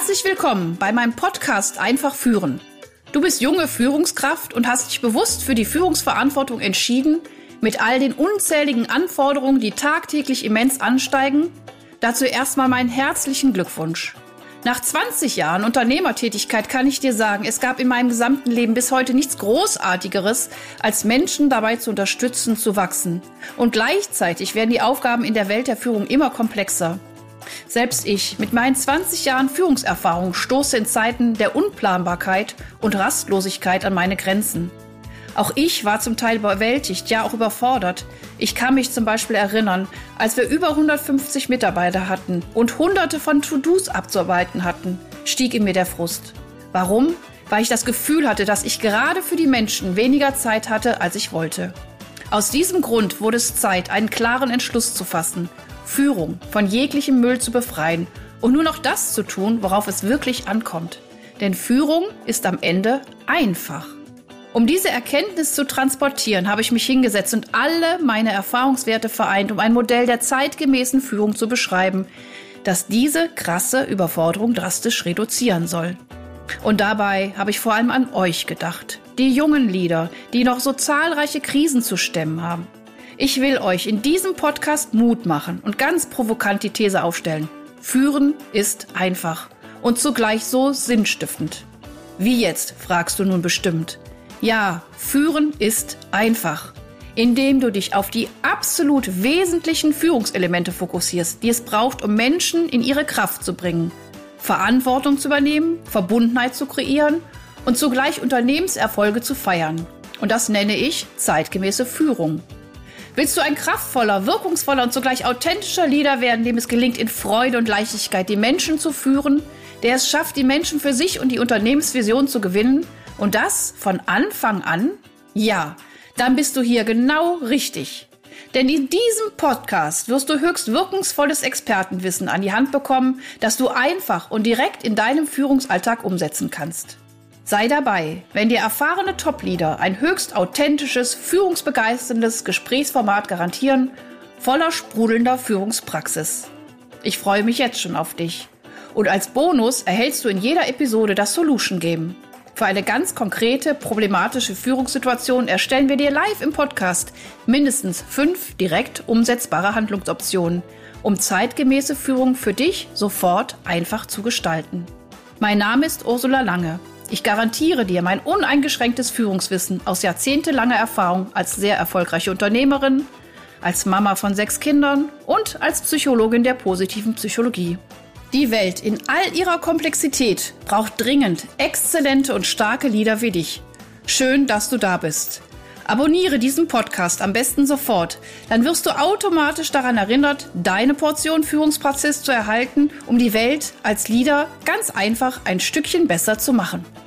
Herzlich willkommen bei meinem Podcast Einfach führen. Du bist junge Führungskraft und hast dich bewusst für die Führungsverantwortung entschieden, mit all den unzähligen Anforderungen, die tagtäglich immens ansteigen. Dazu erstmal meinen herzlichen Glückwunsch. Nach 20 Jahren Unternehmertätigkeit kann ich dir sagen, es gab in meinem gesamten Leben bis heute nichts Großartigeres, als Menschen dabei zu unterstützen, zu wachsen. Und gleichzeitig werden die Aufgaben in der Welt der Führung immer komplexer. Selbst ich mit meinen 20 Jahren Führungserfahrung stoße in Zeiten der Unplanbarkeit und Rastlosigkeit an meine Grenzen. Auch ich war zum Teil überwältigt, ja auch überfordert. Ich kann mich zum Beispiel erinnern, als wir über 150 Mitarbeiter hatten und hunderte von To-Dos abzuarbeiten hatten, stieg in mir der Frust. Warum? Weil ich das Gefühl hatte, dass ich gerade für die Menschen weniger Zeit hatte, als ich wollte. Aus diesem Grund wurde es Zeit, einen klaren Entschluss zu fassen, Führung von jeglichem Müll zu befreien und nur noch das zu tun, worauf es wirklich ankommt. Denn Führung ist am Ende einfach. Um diese Erkenntnis zu transportieren, habe ich mich hingesetzt und alle meine Erfahrungswerte vereint, um ein Modell der zeitgemäßen Führung zu beschreiben, das diese krasse Überforderung drastisch reduzieren soll. Und dabei habe ich vor allem an euch gedacht, die jungen Leader, die noch so zahlreiche Krisen zu stemmen haben. Ich will euch in diesem Podcast Mut machen und ganz provokant die These aufstellen. Führen ist einfach und zugleich so sinnstiftend. Wie jetzt, fragst du nun bestimmt. Ja, führen ist einfach, indem du dich auf die absolut wesentlichen Führungselemente fokussierst, die es braucht, um Menschen in ihre Kraft zu bringen, Verantwortung zu übernehmen, Verbundenheit zu kreieren und zugleich Unternehmenserfolge zu feiern. Und das nenne ich zeitgemäße Führung. Willst du ein kraftvoller, wirkungsvoller und zugleich authentischer Leader werden, dem es gelingt, in Freude und Leichtigkeit die Menschen zu führen, der es schafft, die Menschen für sich und die Unternehmensvision zu gewinnen und das von Anfang an? Ja, dann bist du hier genau richtig. Denn in diesem Podcast wirst du höchst wirkungsvolles Expertenwissen an die Hand bekommen, das du einfach und direkt in deinem Führungsalltag umsetzen kannst. Sei dabei, wenn dir erfahrene Top-Leader ein höchst authentisches, führungsbegeisterndes Gesprächsformat garantieren, voller sprudelnder Führungspraxis. Ich freue mich jetzt schon auf dich. Und als Bonus erhältst du in jeder Episode das Solution Game. Für eine ganz konkrete, problematische Führungssituation erstellen wir dir live im Podcast mindestens 5 direkt umsetzbare Handlungsoptionen, um zeitgemäße Führung für dich sofort einfach zu gestalten. Mein Name ist Ursula Lange. Ich garantiere dir mein uneingeschränktes Führungswissen aus jahrzehntelanger Erfahrung als sehr erfolgreiche Unternehmerin, als Mama von 6 Kindern und als Psychologin der positiven Psychologie. Die Welt in all ihrer Komplexität braucht dringend exzellente und starke Leader wie dich. Schön, dass du da bist. Abonniere diesen Podcast am besten sofort, dann wirst du automatisch daran erinnert, deine Portion Führungspraxis zu erhalten, um die Welt als Leader ganz einfach ein Stückchen besser zu machen.